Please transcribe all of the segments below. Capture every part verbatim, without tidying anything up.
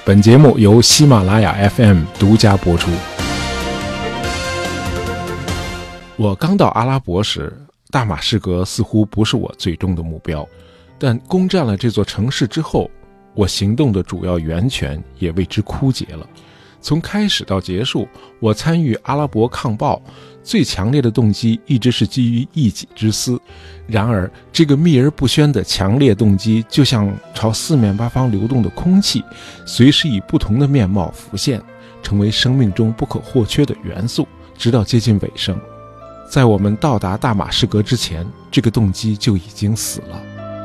本节目由喜马拉雅 F M 独家播出。我刚到阿拉伯时，大马士革似乎不是我最终的目标，但攻占了这座城市之后，我行动的主要源泉也为之枯竭了。从开始到结束，我参与阿拉伯抗暴最强烈的动机一直是基于一己之私。然而这个秘而不宣的强烈动机就像朝四面八方流动的空气，随时以不同的面貌浮现，成为生命中不可或缺的元素，直到接近尾声。在我们到达大马士革之前，这个动机就已经死了。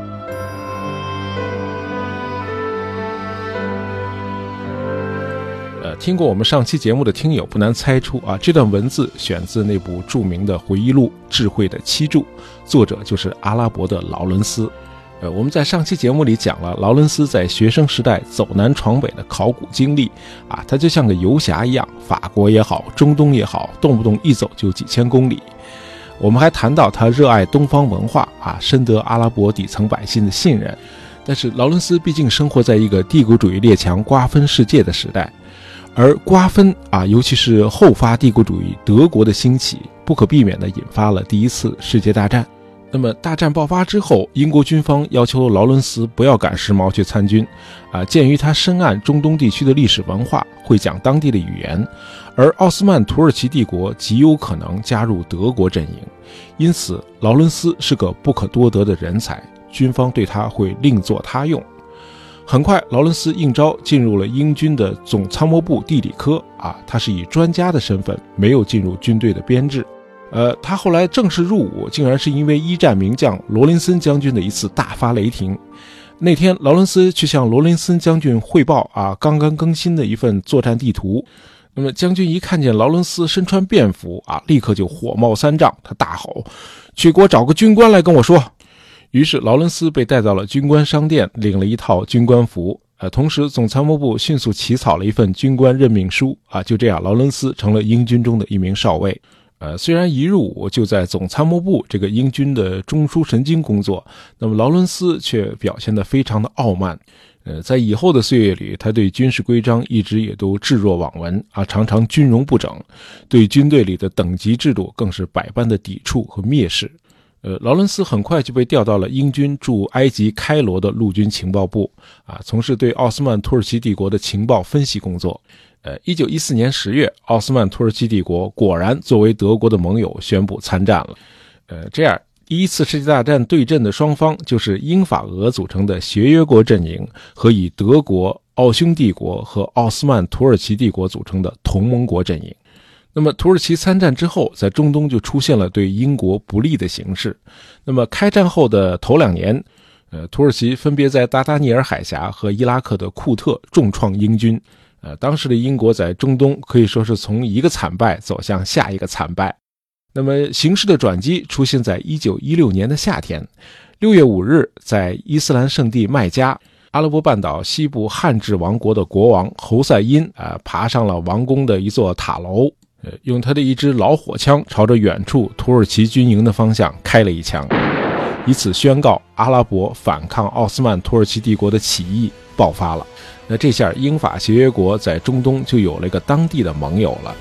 呃，听过我们上期节目的听友不难猜出啊，这段文字选自那部著名的回忆录《智慧的七柱》，作者就是阿拉伯的劳伦斯。呃，我们在上期节目里讲了劳伦斯在学生时代走南闯北的考古经历啊，他就像个游侠一样，法国也好，中东也好，动不动一走就几千公里。我们还谈到他热爱东方文化啊，深得阿拉伯底层百姓的信任。但是劳伦斯毕竟生活在一个帝国主义列强瓜分世界的时代，而瓜分啊，尤其是后发帝国主义德国的兴起，不可避免地引发了第一次世界大战。那么大战爆发之后，英国军方要求劳伦斯不要赶时髦去参军啊，鉴于他深谙中东地区的历史文化，会讲当地的语言，而奥斯曼土耳其帝国极有可能加入德国阵营，因此劳伦斯是个不可多得的人才，军方对他会另作他用。很快劳伦斯应召进入了英军的总参谋部地理科啊，他是以专家的身份，没有进入军队的编制。呃，他后来正式入伍，竟然是因为一战名将罗林森将军的一次大发雷霆。那天劳伦斯去向罗林森将军汇报啊，刚刚更新的一份作战地图。那么将军一看见劳伦斯身穿便服啊，立刻就火冒三丈，他大吼：去给我找个军官来跟我说。于是劳伦斯被带到了军官商店，领了一套军官服。呃，同时总参谋部迅速起草了一份军官任命书啊，就这样劳伦斯成了英军中的一名少尉。呃，虽然一入伍就在总参谋部这个英军的中枢神经工作，那么劳伦斯却表现得非常的傲慢。呃，在以后的岁月里，他对军事规章一直也都置若罔闻啊，常常军容不整，对军队里的等级制度更是百般的抵触和蔑视。呃，劳伦斯很快就被调到了英军驻埃及开罗的陆军情报部啊，从事对奥斯曼土耳其帝国的情报分析工作。呃，一九一四年十月，奥斯曼土耳其帝国果然作为德国的盟友宣布参战了。呃，这样第一次世界大战对阵的双方就是英法俄组成的协约国阵营和以德国、奥匈帝国和奥斯曼土耳其帝国组成的同盟国阵营。那么土耳其参战之后，在中东就出现了对英国不利的形势。那么开战后的头两年，呃，土耳其分别在达达尼尔海峡和伊拉克的库特重创英军。呃，当时的英国在中东可以说是从一个惨败走向下一个惨败。那么形势的转机出现在一九一六年的夏天，六月五日，在伊斯兰圣地麦加，阿拉伯半岛西部汉治王国的国王侯赛因啊、呃，爬上了王宫的一座塔楼。呃，用他的一支老火枪朝着远处土耳其军营的方向开了一枪，以此宣告阿拉伯反抗奥斯曼土耳其帝国的起义爆发了。那这下英法协约国在中东就有了一个当地的盟友了。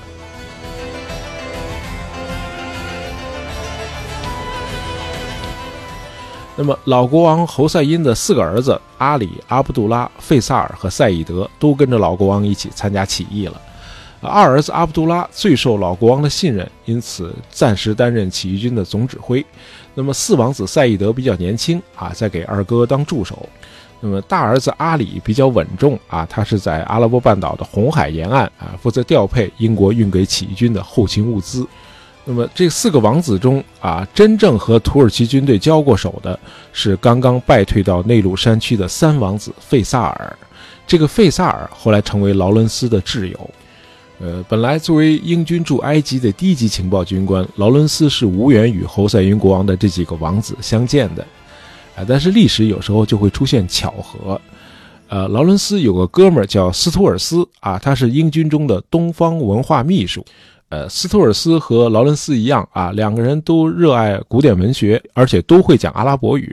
那么老国王侯赛因的四个儿子阿里、阿卜杜拉、费萨尔和赛义德都跟着老国王一起参加起义了。二儿子阿卜杜拉最受老国王的信任，因此暂时担任起义军的总指挥。那么四王子赛义德比较年轻啊，在给二哥当助手。那么大儿子阿里比较稳重啊，他是在阿拉伯半岛的红海沿岸啊，负责调配英国运给起义军的后勤物资。那么这四个王子中啊，真正和土耳其军队交过手的是刚刚败退到内陆山区的三王子费萨尔。这个费萨尔后来成为劳伦斯的挚友。呃，本来作为英军驻埃及的低级情报军官，劳伦斯是无缘与侯赛因国王的这几个王子相见的。啊，但是历史有时候就会出现巧合。呃，劳伦斯有个哥们儿叫斯图尔斯啊，他是英军中的东方文化秘书。呃，斯图尔斯和劳伦斯一样啊，两个人都热爱古典文学，而且都会讲阿拉伯语。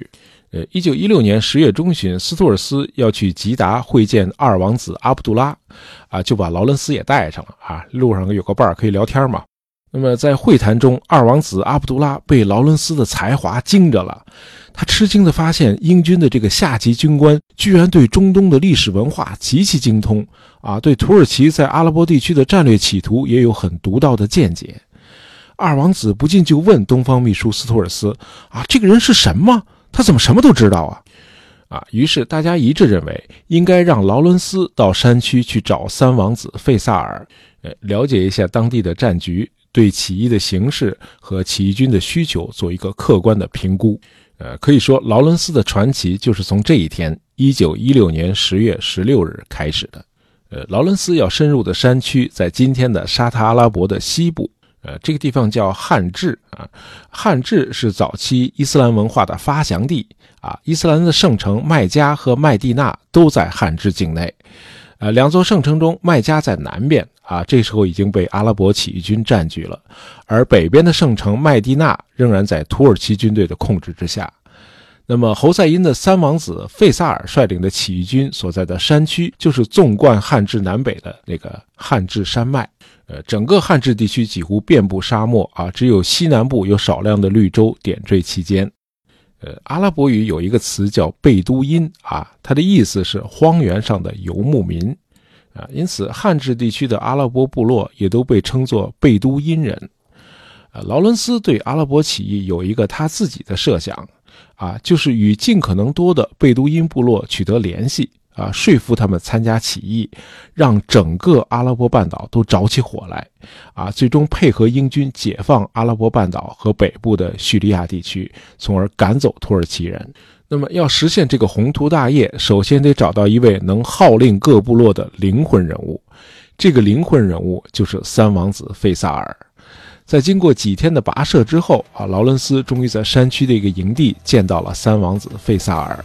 呃，一九一六年十月中旬，斯图尔斯要去吉达会见二王子阿卜杜拉，啊，就把劳伦斯也带上了啊，路上有个伴儿可以聊天嘛。那么在会谈中，二王子阿卜杜拉被劳伦斯的才华惊着了，他吃惊地发现英军的这个下级军官居然对中东的历史文化极其精通啊，对土耳其在阿拉伯地区的战略企图也有很独到的见解。二王子不禁就问东方秘书斯图尔斯啊，这个人是神吗？他怎么什么都知道啊？啊，于是大家一致认为应该让劳伦斯到山区去找三王子费萨尔，呃，了解一下当地的战局，对起义的形势和起义军的需求做一个客观的评估。呃，可以说劳伦斯的传奇就是从这一天一九一六年十月十六日开始的。呃，劳伦斯要深入的山区在今天的沙特阿拉伯的西部，呃，这个地方叫汉治啊，汉治是早期伊斯兰文化的发祥地啊，伊斯兰的圣城麦加和麦地那都在汉治境内。呃，两座圣城中，麦加在南边啊，这时候已经被阿拉伯起义军占据了，而北边的圣城麦地那仍然在土耳其军队的控制之下。那么侯赛因的三王子费萨尔率领的起义军所在的山区，就是纵贯汉治南北的那个汉治山脉。呃，整个汉治地区几乎遍布沙漠啊，只有西南部有少量的绿洲点缀其间。呃，阿拉伯语有一个词叫贝都因啊，它的意思是荒原上的游牧民啊，因此汉治地区的阿拉伯部落也都被称作贝都因人。啊，劳伦斯对阿拉伯起义有一个他自己的设想啊，就是与尽可能多的贝都因部落取得联系啊，说服他们参加起义，让整个阿拉伯半岛都着起火来啊，最终配合英军解放阿拉伯半岛和北部的叙利亚地区，从而赶走土耳其人。那么要实现这个宏图大业，首先得找到一位能号令各部落的灵魂人物，这个灵魂人物就是三王子费萨尔。在经过几天的跋涉之后啊，劳伦斯终于在山区的一个营地见到了三王子费萨尔。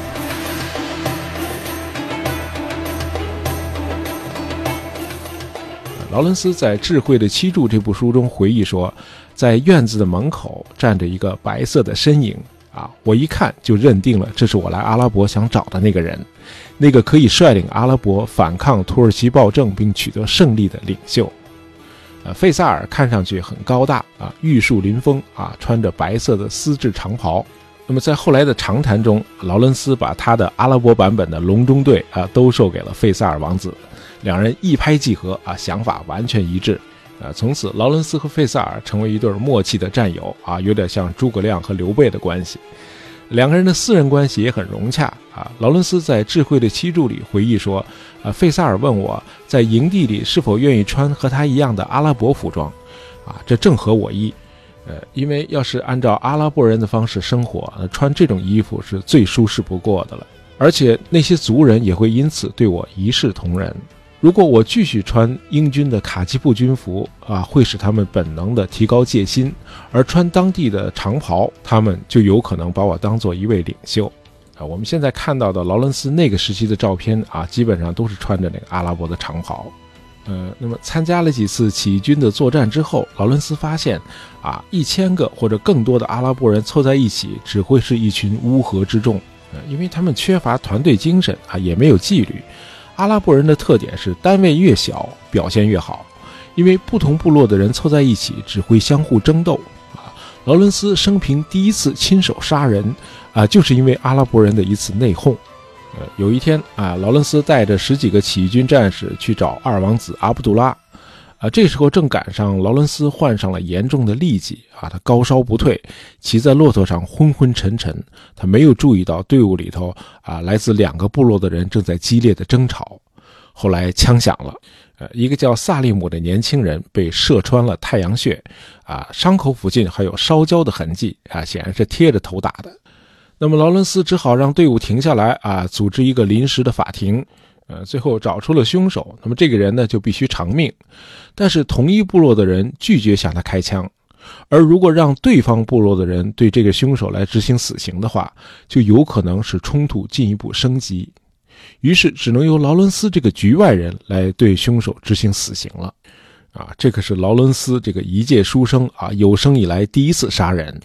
劳伦斯在《智慧的七柱》这部书中回忆说，在院子的门口站着一个白色的身影啊，我一看就认定了这是我来阿拉伯想找的那个人，那个可以率领阿拉伯反抗土耳其暴政并取得胜利的领袖。呃，费萨尔看上去很高大啊，玉树临风啊，穿着白色的丝质长袍。那么在后来的长谈中，劳伦斯把他的阿拉伯版本的隆中对啊都授给了费萨尔王子。两人一拍即合啊，想法完全一致啊。从此，劳伦斯和费萨尔成为一对默契的战友啊，有点像诸葛亮和刘备的关系。两个人的私人关系也很融洽啊。劳伦斯在《智慧的七柱》里回忆说，啊，费萨尔问我在营地里是否愿意穿和他一样的阿拉伯服装啊，这正合我意。呃，因为要是按照阿拉伯人的方式生活，穿这种衣服是最舒适不过的了，而且那些族人也会因此对我一视同仁。如果我继续穿英军的卡其布军服啊，会使他们本能的提高戒心，而穿当地的长袍，他们就有可能把我当作一位领袖啊。我们现在看到的劳伦斯那个时期的照片啊，基本上都是穿着那个阿拉伯的长袍。呃，那么参加了几次起义军的作战之后，劳伦斯发现啊，一千个或者更多的阿拉伯人凑在一起，只会是一群乌合之众，呃，因为他们缺乏团队精神啊，也没有纪律。阿拉伯人的特点是单位越小表现越好，因为不同部落的人凑在一起只会相互争斗啊。劳伦斯生平第一次亲手杀人啊，就是因为阿拉伯人的一次内讧。呃，有一天啊，劳伦斯带着十几个起义军战士去找二王子阿卜杜拉啊，这时候正赶上劳伦斯患上了严重的痢疾啊，他高烧不退，骑在骆驼上昏昏沉沉，他没有注意到队伍里头啊，来自两个部落的人正在激烈的争吵。后来枪响了，呃，一个叫萨利姆的年轻人被射穿了太阳穴啊，伤口附近还有烧焦的痕迹啊，显然是贴着头打的。那么劳伦斯只好让队伍停下来啊，组织一个临时的法庭。呃，最后找出了凶手，那么这个人呢就必须偿命，但是同一部落的人拒绝向他开枪，而如果让对方部落的人对这个凶手来执行死刑的话，就有可能使冲突进一步升级，于是只能由劳伦斯这个局外人来对凶手执行死刑了。啊，这可是劳伦斯这个一介书生啊，有生以来第一次杀人。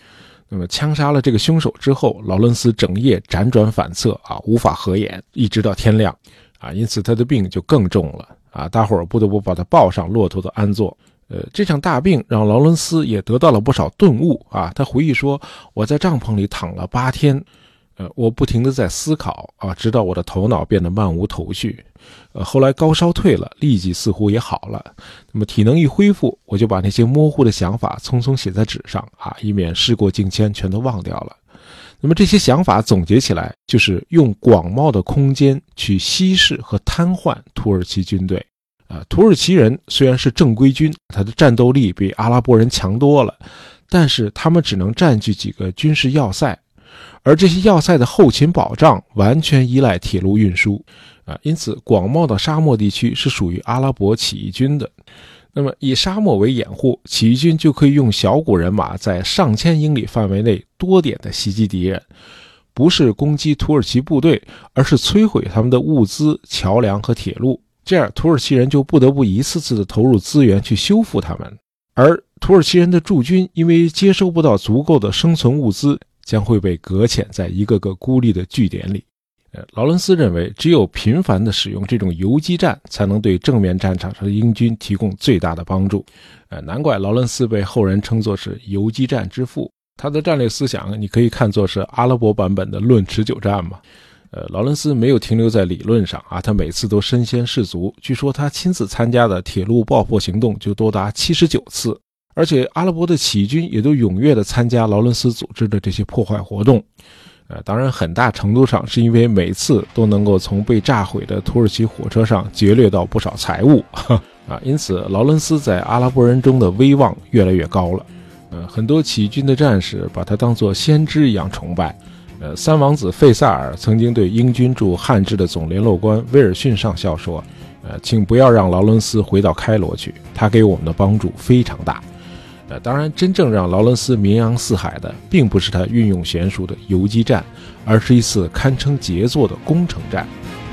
那么枪杀了这个凶手之后，劳伦斯整夜辗转反侧啊，无法合眼，一直到天亮啊，因此他的病就更重了啊，大伙儿不得不把他抱上骆驼的安坐。呃，这场大病让劳伦斯也得到了不少顿悟啊。他回忆说：“我在帐篷里躺了八天，呃，我不停地在思考啊，直到我的头脑变得漫无头绪。呃，后来高烧退了，立即似乎也好了。那么体能一恢复，我就把那些模糊的想法匆匆写在纸上啊，以免事过境迁，全都忘掉了。那么这些想法总结起来，就是用广袤的空间去稀释和瘫痪土耳其军队。”啊，土耳其人虽然是正规军，他的战斗力比阿拉伯人强多了，但是他们只能占据几个军事要塞，而这些要塞的后勤保障完全依赖铁路运输啊，因此广袤的沙漠地区是属于阿拉伯起义军的。那么以沙漠为掩护，起义军就可以用小股人马在上千英里范围内多点的袭击敌人，不是攻击土耳其部队，而是摧毁他们的物资、桥梁和铁路。这样土耳其人就不得不一次次的投入资源去修复他们，而土耳其人的驻军因为接收不到足够的生存物资，将会被搁浅在一个个孤立的据点里。呃，劳伦斯认为只有频繁的使用这种游击战，才能对正面战场上的英军提供最大的帮助。呃，难怪劳伦斯被后人称作是游击战之父，他的战略思想你可以看作是阿拉伯版本的论持久战嘛。呃，劳伦斯没有停留在理论上啊，他每次都身先士卒。据说他亲自参加的铁路爆破行动就多达七十九次，而且阿拉伯的起义军也都踊跃地参加劳伦斯组织的这些破坏活动。呃，当然很大程度上是因为每次都能够从被炸毁的土耳其火车上劫掠到不少财物啊，因此劳伦斯在阿拉伯人中的威望越来越高了。呃，很多起义军的战士把他当作先知一样崇拜。呃，三王子费萨尔曾经对英军驻汉治的总联络官威尔逊上校说：“呃，请不要让劳伦斯回到开罗去，他给我们的帮助非常大。”呃，当然，真正让劳伦斯名扬四海的，并不是他运用娴熟的游击战，而是一次堪称杰作的攻城战。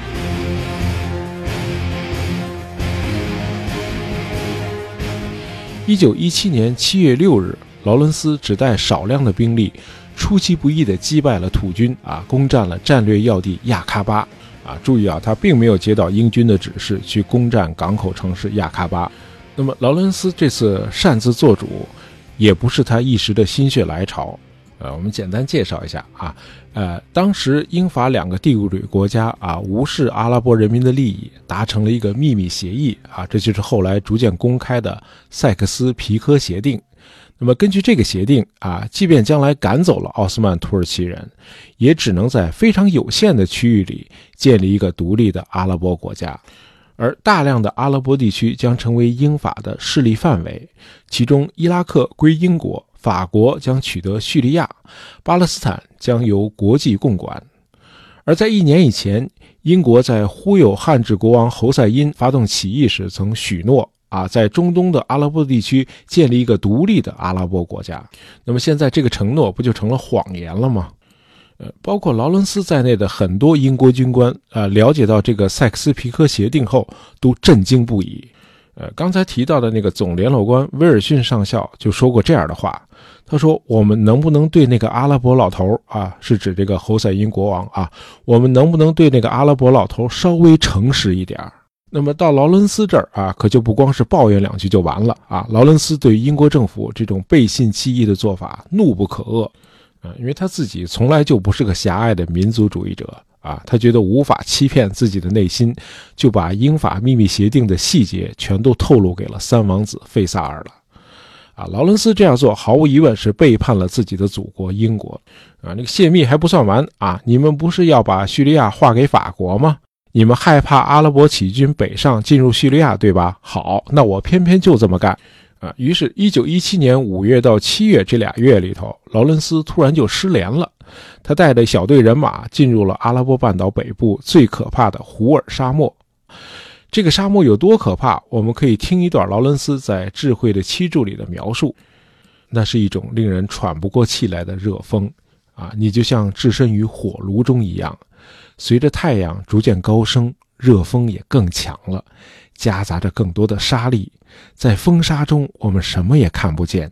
一九一七年七月六日，劳伦斯只带少量的兵力，出其不意地击败了土军啊，攻占了战略要地亚喀巴啊。注意啊，他并没有接到英军的指示去攻占港口城市亚喀巴。那么劳伦斯这次擅自做主，也不是他一时的心血来潮。呃，我们简单介绍一下啊，呃，当时英法两个地主国家啊，无视阿拉伯人民的利益，达成了一个秘密协议啊，这就是后来逐渐公开的塞克斯皮科协定。那么根据这个协定啊，即便将来赶走了奥斯曼土耳其人，也只能在非常有限的区域里建立一个独立的阿拉伯国家，而大量的阿拉伯地区将成为英法的势力范围，其中伊拉克归英国，法国将取得叙利亚，巴勒斯坦将由国际共管。而在一年以前，英国在忽悠汉治国王侯赛因发动起义时曾许诺啊，在中东的阿拉伯地区建立一个独立的阿拉伯国家。那么现在这个承诺不就成了谎言了吗？呃，包括劳伦斯在内的很多英国军官啊、呃，了解到这个塞克斯皮科协定后都震惊不已。呃，刚才提到的那个总联络官威尔逊上校就说过这样的话，他说：“我们能不能对那个阿拉伯老头啊，是指这个侯赛因国王啊，我们能不能对那个阿拉伯老头稍微诚实一点？”那么到劳伦斯这儿啊，可就不光是抱怨两句就完了啊！劳伦斯对英国政府这种背信弃义的做法怒不可遏啊，因为他自己从来就不是个狭隘的民族主义者啊，他觉得无法欺骗自己的内心，就把英法秘密协定的细节全都透露给了三王子费萨尔了。啊，劳伦斯这样做毫无疑问是背叛了自己的祖国英国啊！那个泄密还不算完啊，你们不是要把叙利亚划给法国吗？你们害怕阿拉伯起义军北上进入叙利亚，对吧？好，那我偏偏就这么干啊！于是一九一七年五月到七月这俩月里头，劳伦斯突然就失联了。他带着小队人马进入了阿拉伯半岛北部最可怕的胡尔沙漠。这个沙漠有多可怕，我们可以听一段劳伦斯在《智慧的七柱》里的描述。那是一种令人喘不过气来的热风啊，你就像置身于火炉中一样。随着太阳逐渐高升，热风也更强了，夹杂着更多的沙粒。在风沙中，我们什么也看不见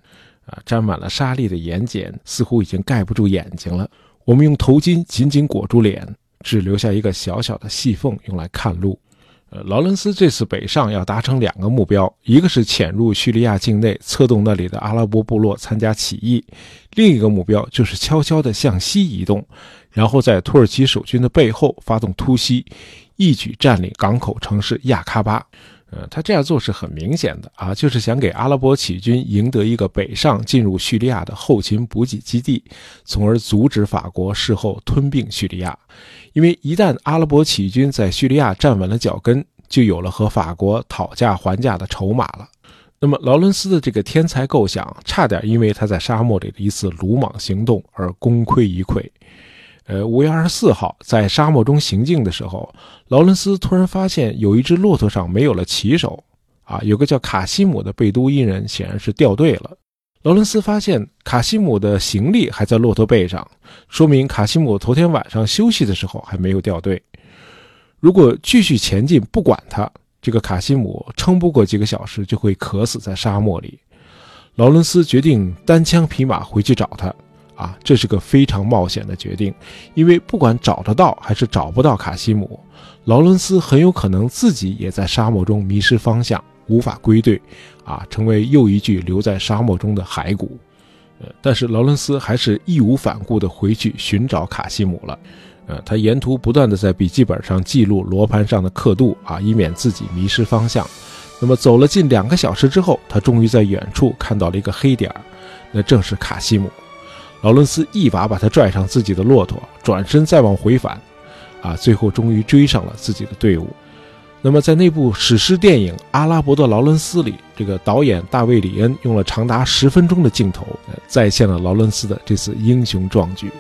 啊，沾满了沙粒的眼睑似乎已经盖不住眼睛了。我们用头巾紧紧裹住脸，只留下一个小小的细缝用来看路。呃，劳伦斯这次北上要达成两个目标，一个是潜入叙利亚境内，策动那里的阿拉伯部落参加起义；另一个目标就是悄悄地向西移动，然后在土耳其守军的背后发动突袭，一举占领港口城市亚喀巴。呃，他这样做是很明显的啊，就是想给阿拉伯起义军赢得一个北上进入叙利亚的后勤补给基地，从而阻止法国事后吞并叙利亚。因为一旦阿拉伯起义军在叙利亚站稳了脚跟，就有了和法国讨价还价的筹码了。那么劳伦斯的这个天才构想，差点因为他在沙漠里的一次鲁莽行动而功亏一篑。呃，五月二十四号，在沙漠中行进的时候，劳伦斯突然发现有一只骆驼上没有了骑手，啊，有个叫卡西姆的贝都因人显然是掉队了。劳伦斯发现卡西姆的行李还在骆驼背上，说明卡西姆头天晚上休息的时候还没有掉队。如果继续前进不管他，这个卡西姆撑不过几个小时就会渴死在沙漠里。劳伦斯决定单枪匹马回去找他。啊，这是个非常冒险的决定，因为不管找得到还是找不到卡西姆，劳伦斯很有可能自己也在沙漠中迷失方向，无法归队，啊，成为又一具留在沙漠中的骸骨。呃，但是劳伦斯还是义无反顾地回去寻找卡西姆了。呃，他沿途不断地在笔记本上记录罗盘上的刻度，啊，以免自己迷失方向。那么走了近两个小时之后，他终于在远处看到了一个黑点，那正是卡西姆。劳伦斯一把把他拽上自己的骆驼，转身再往回返，啊，最后终于追上了自己的队伍。那么在那部史诗电影《阿拉伯的劳伦斯》里，这个导演大卫·里恩用了长达十分钟的镜头，呃、再现了劳伦斯的这次英雄壮举。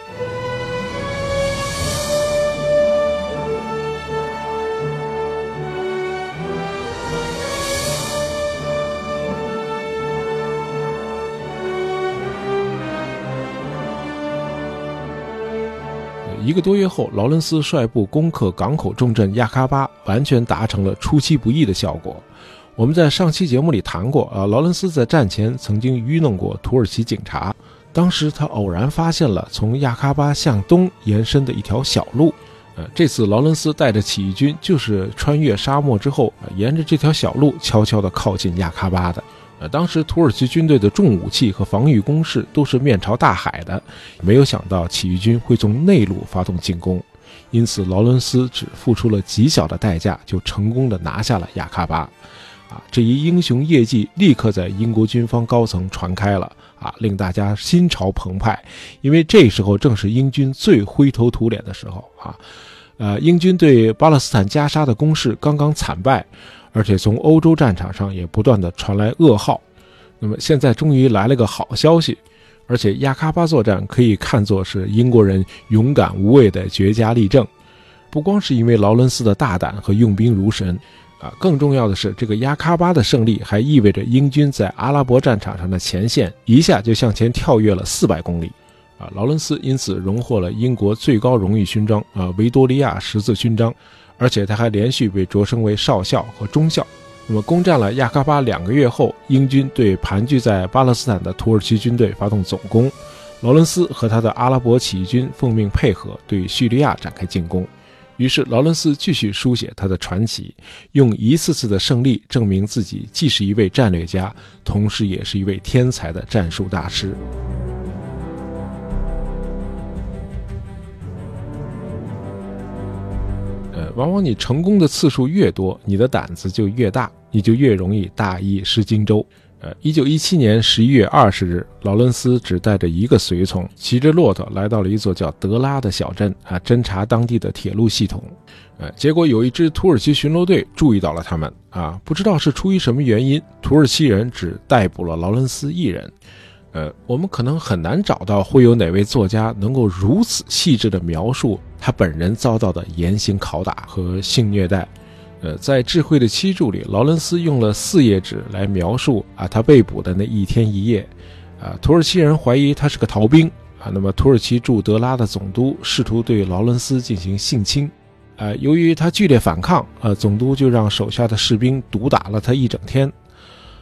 一个多月后，劳伦斯率部攻克港口重镇亚喀巴，完全达成了出其不意的效果。我们在上期节目里谈过啊，劳伦斯在战前曾经愚弄过土耳其警察，当时他偶然发现了从亚喀巴向东延伸的一条小路。呃，这次劳伦斯带着起义军就是穿越沙漠之后，呃、沿着这条小路悄悄地靠近亚喀巴的。呃，当时土耳其军队的重武器和防御工事都是面朝大海的，没有想到起义军会从内陆发动进攻，因此劳伦斯只付出了极小的代价，就成功的拿下了亚喀巴。啊，这一英雄业绩立刻在英国军方高层传开了，啊，令大家心潮澎湃，因为这时候正是英军最灰头土脸的时候啊。呃，英军对巴勒斯坦加沙的攻势刚刚惨败，而且从欧洲战场上也不断的传来噩耗。那么现在终于来了个好消息，而且亚喀巴作战可以看作是英国人勇敢无畏的绝佳例证。不光是因为劳伦斯的大胆和用兵如神啊，更重要的是，这个亚喀巴的胜利还意味着英军在阿拉伯战场上的前线一下就向前跳跃了四百公里。啊，劳伦斯因此荣获了英国最高荣誉勋章啊维多利亚十字勋章，而且他还连续被擢升为少校和中校。那么攻占了亚喀巴两个月后，英军对盘踞在巴勒斯坦的土耳其军队发动总攻，劳伦斯和他的阿拉伯起义军奉命配合，对叙利亚展开进攻。于是劳伦斯继续书写他的传奇，用一次次的胜利证明自己既是一位战略家，同时也是一位天才的战术大师。呃，往往你成功的次数越多，你的胆子就越大，你就越容易大意失荆州。呃，一九一七年十一月二十日，劳伦斯只带着一个随从，骑着骆驼来到了一座叫德拉的小镇啊，侦查当地的铁路系统。呃，结果有一支土耳其巡逻队注意到了他们啊，不知道是出于什么原因，土耳其人只逮捕了劳伦斯一人。呃，我们可能很难找到会有哪位作家能够如此细致地描述他本人遭到的严刑拷打和性虐待。呃，在《智慧的七柱》里，劳伦斯用了四页纸来描述啊他被捕的那一天一夜。啊，土耳其人怀疑他是个逃兵啊，那么土耳其驻德拉的总督试图对劳伦斯进行性侵。啊，由于他剧烈反抗，呃，总督就让手下的士兵毒打了他一整天。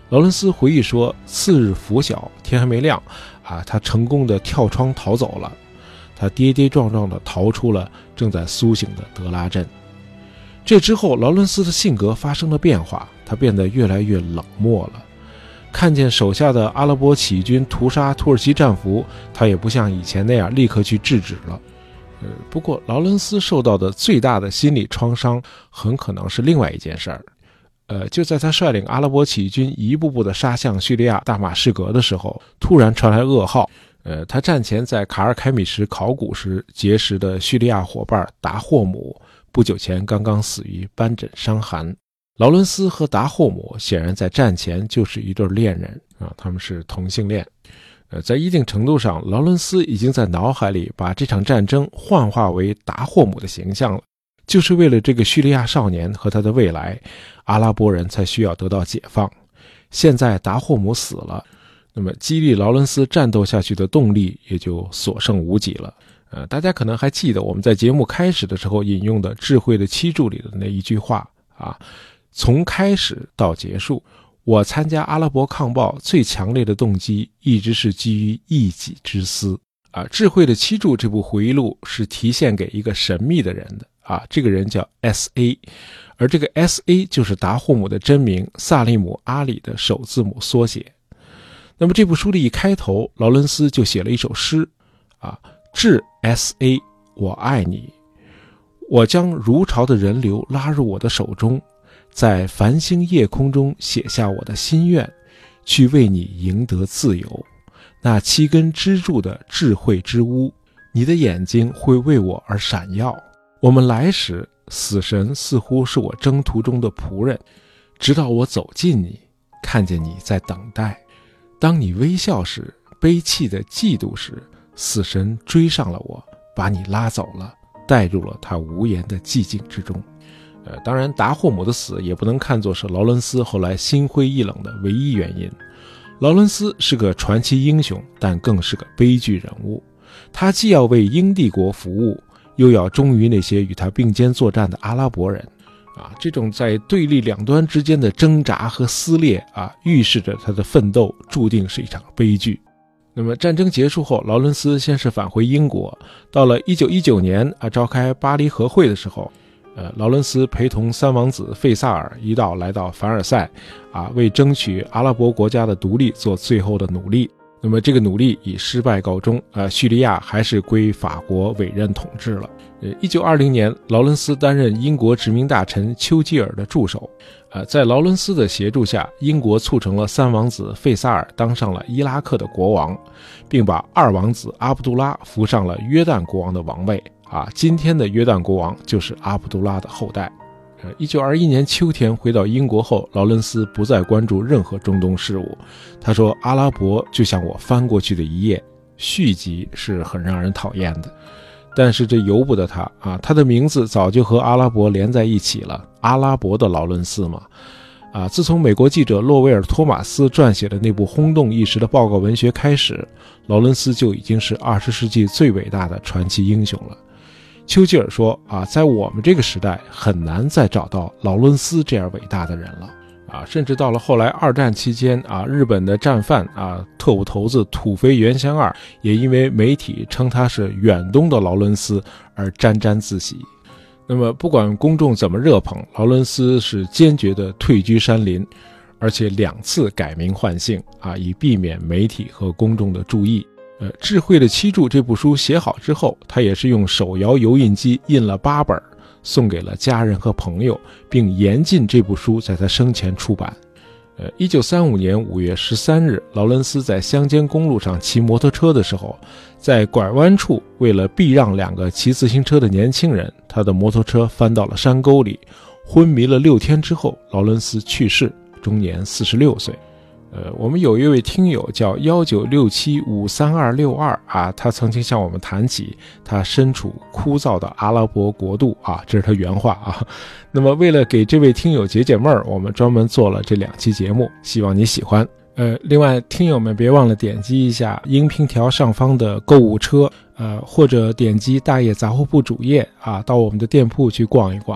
劳伦斯回忆说，次日拂晓，天还没亮啊，他成功的跳窗逃走了。他跌跌撞撞地逃出了正在苏醒的德拉镇。这之后，劳伦斯的性格发生了变化，他变得越来越冷漠了。看见手下的阿拉伯起义军屠杀土耳其战俘，他也不像以前那样立刻去制止了。呃，不过劳伦斯受到的最大的心理创伤，很可能是另外一件事儿。呃，就在他率领阿拉伯起义军一步步地杀向叙利亚大马士革的时候，突然传来噩耗。呃，他战前在卡尔凯米什考古时结识的叙利亚伙伴达霍姆，不久前刚刚死于斑疹伤寒。劳伦斯和达霍姆显然在战前就是一对恋人啊，他们是同性恋。呃，在一定程度上，劳伦斯已经在脑海里把这场战争幻化为达霍姆的形象了，就是为了这个叙利亚少年和他的未来，阿拉伯人才需要得到解放。现在达霍姆死了，那么激励劳伦斯战斗下去的动力也就所剩无几了。呃，大家可能还记得我们在节目开始的时候引用的《智慧的七柱》里的那一句话啊，从开始到结束，我参加阿拉伯抗暴最强烈的动机一直是基于一己之私啊。《智慧的七柱》这部回忆录是题献给一个神秘的人的啊，这个人叫 S A， 而这个 S A 就是达霍姆的真名萨利姆阿里的首字母缩写。那么这部书的一开头，劳伦斯就写了一首诗啊，致 S A， 我爱你，我将如潮的人流拉入我的手中，在繁星夜空中写下我的心愿，去为你赢得自由。那七根支柱的智慧之屋，你的眼睛会为我而闪耀。我们来时，死神似乎是我征途中的仆人，直到我走近你，看见你在等待。当你微笑时，悲泣的嫉妒时，死神追上了我，把你拉走了，带入了他无言的寂静之中。呃，当然达霍姆的死也不能看作是劳伦斯后来心灰意冷的唯一原因。劳伦斯是个传奇英雄，但更是个悲剧人物。他既要为英帝国服务，又要忠于那些与他并肩作战的阿拉伯人。啊，这种在对立两端之间的挣扎和撕裂啊，预示着他的奋斗注定是一场悲剧。那么战争结束后，劳伦斯先是返回英国，到了一九一九年啊，召开巴黎和会的时候，呃，劳伦斯陪同三王子费萨尔一道来到凡尔赛，啊，为争取阿拉伯国家的独立做最后的努力。那么这个努力以失败告终，呃，叙利亚还是归法国委任统治了。呃，一九二零年，劳伦斯担任英国殖民大臣丘吉尔的助手。呃，在劳伦斯的协助下，英国促成了三王子费萨尔当上了伊拉克的国王，并把二王子阿卜杜拉扶上了约旦国王的王位。啊，今天的约旦国王就是阿卜杜拉的后代。呃，一九二一年秋天回到英国后，劳伦斯不再关注任何中东事务。他说：“阿拉伯就像我翻过去的一页，续集是很让人讨厌的。”但是这由不得他啊，他的名字早就和阿拉伯连在一起了，阿拉伯的劳伦斯嘛。啊，自从美国记者洛威尔·托马斯撰写的那部轰动一时的报告文学开始，劳伦斯就已经是二十世纪最伟大的传奇英雄了。丘吉尔说啊，在我们这个时代很难再找到劳伦斯这样伟大的人了啊！甚至到了后来二战期间啊，日本的战犯啊，特务头子土肥原贤二也因为媒体称他是远东的劳伦斯而沾沾自喜。那么不管公众怎么热捧，劳伦斯是坚决的退居山林，而且两次改名换姓啊，以避免媒体和公众的注意。呃，智慧的七柱这部书写好之后，他也是用手摇油印机印了八本，送给了家人和朋友，并严禁这部书在他生前出版。呃，一九三五年五月十三日，劳伦斯在乡间公路上骑摩托车的时候，在拐弯处为了避让两个骑自行车的年轻人，他的摩托车翻到了山沟里，昏迷了六天之后，劳伦斯去世，终年四十六岁。呃，我们有一位听友叫一九六七五三二六二啊，他曾经向我们谈起他身处枯燥的阿拉伯国度啊，这是他原话啊。那么为了给这位听友解解闷儿，我们专门做了这两期节目，希望你喜欢。呃，另外听友们别忘了点击一下音频条上方的购物车，呃，或者点击大业杂货铺主页啊，到我们的店铺去逛一逛。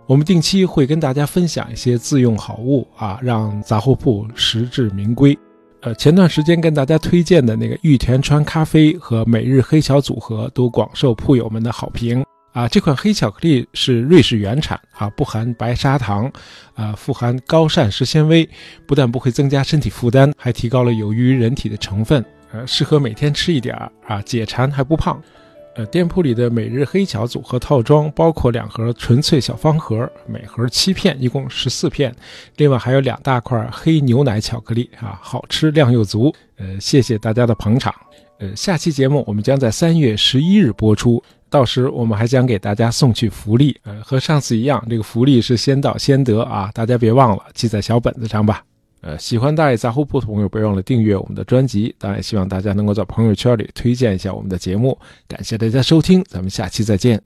我们定期会跟大家分享一些自用好物啊，让杂货铺实至名归。呃，前段时间跟大家推荐的那个玉田川咖啡和每日黑巧组合都广受铺友们的好评啊。这款黑巧克力是瑞士原产啊，不含白砂糖，啊，富含高膳食纤维，不但不会增加身体负担，还提高了有益于人体的成分，呃，适合每天吃一点啊，解馋还不胖。呃，店铺里的每日黑巧组合套装包括两盒纯粹小方盒，每盒七片，一共十四片，另外还有两大块黑牛奶巧克力啊，好吃量又足。呃，谢谢大家的捧场。呃，下期节目我们将在三月十一日播出，到时我们还将给大家送去福利。呃，和上次一样，这个福利是先到先得啊，大家别忘了记在小本子上吧。呃，喜欢大爷杂货铺的朋友，别忘了订阅我们的专辑。当然，也希望大家能够在朋友圈里推荐一下我们的节目。感谢大家收听，咱们下期再见。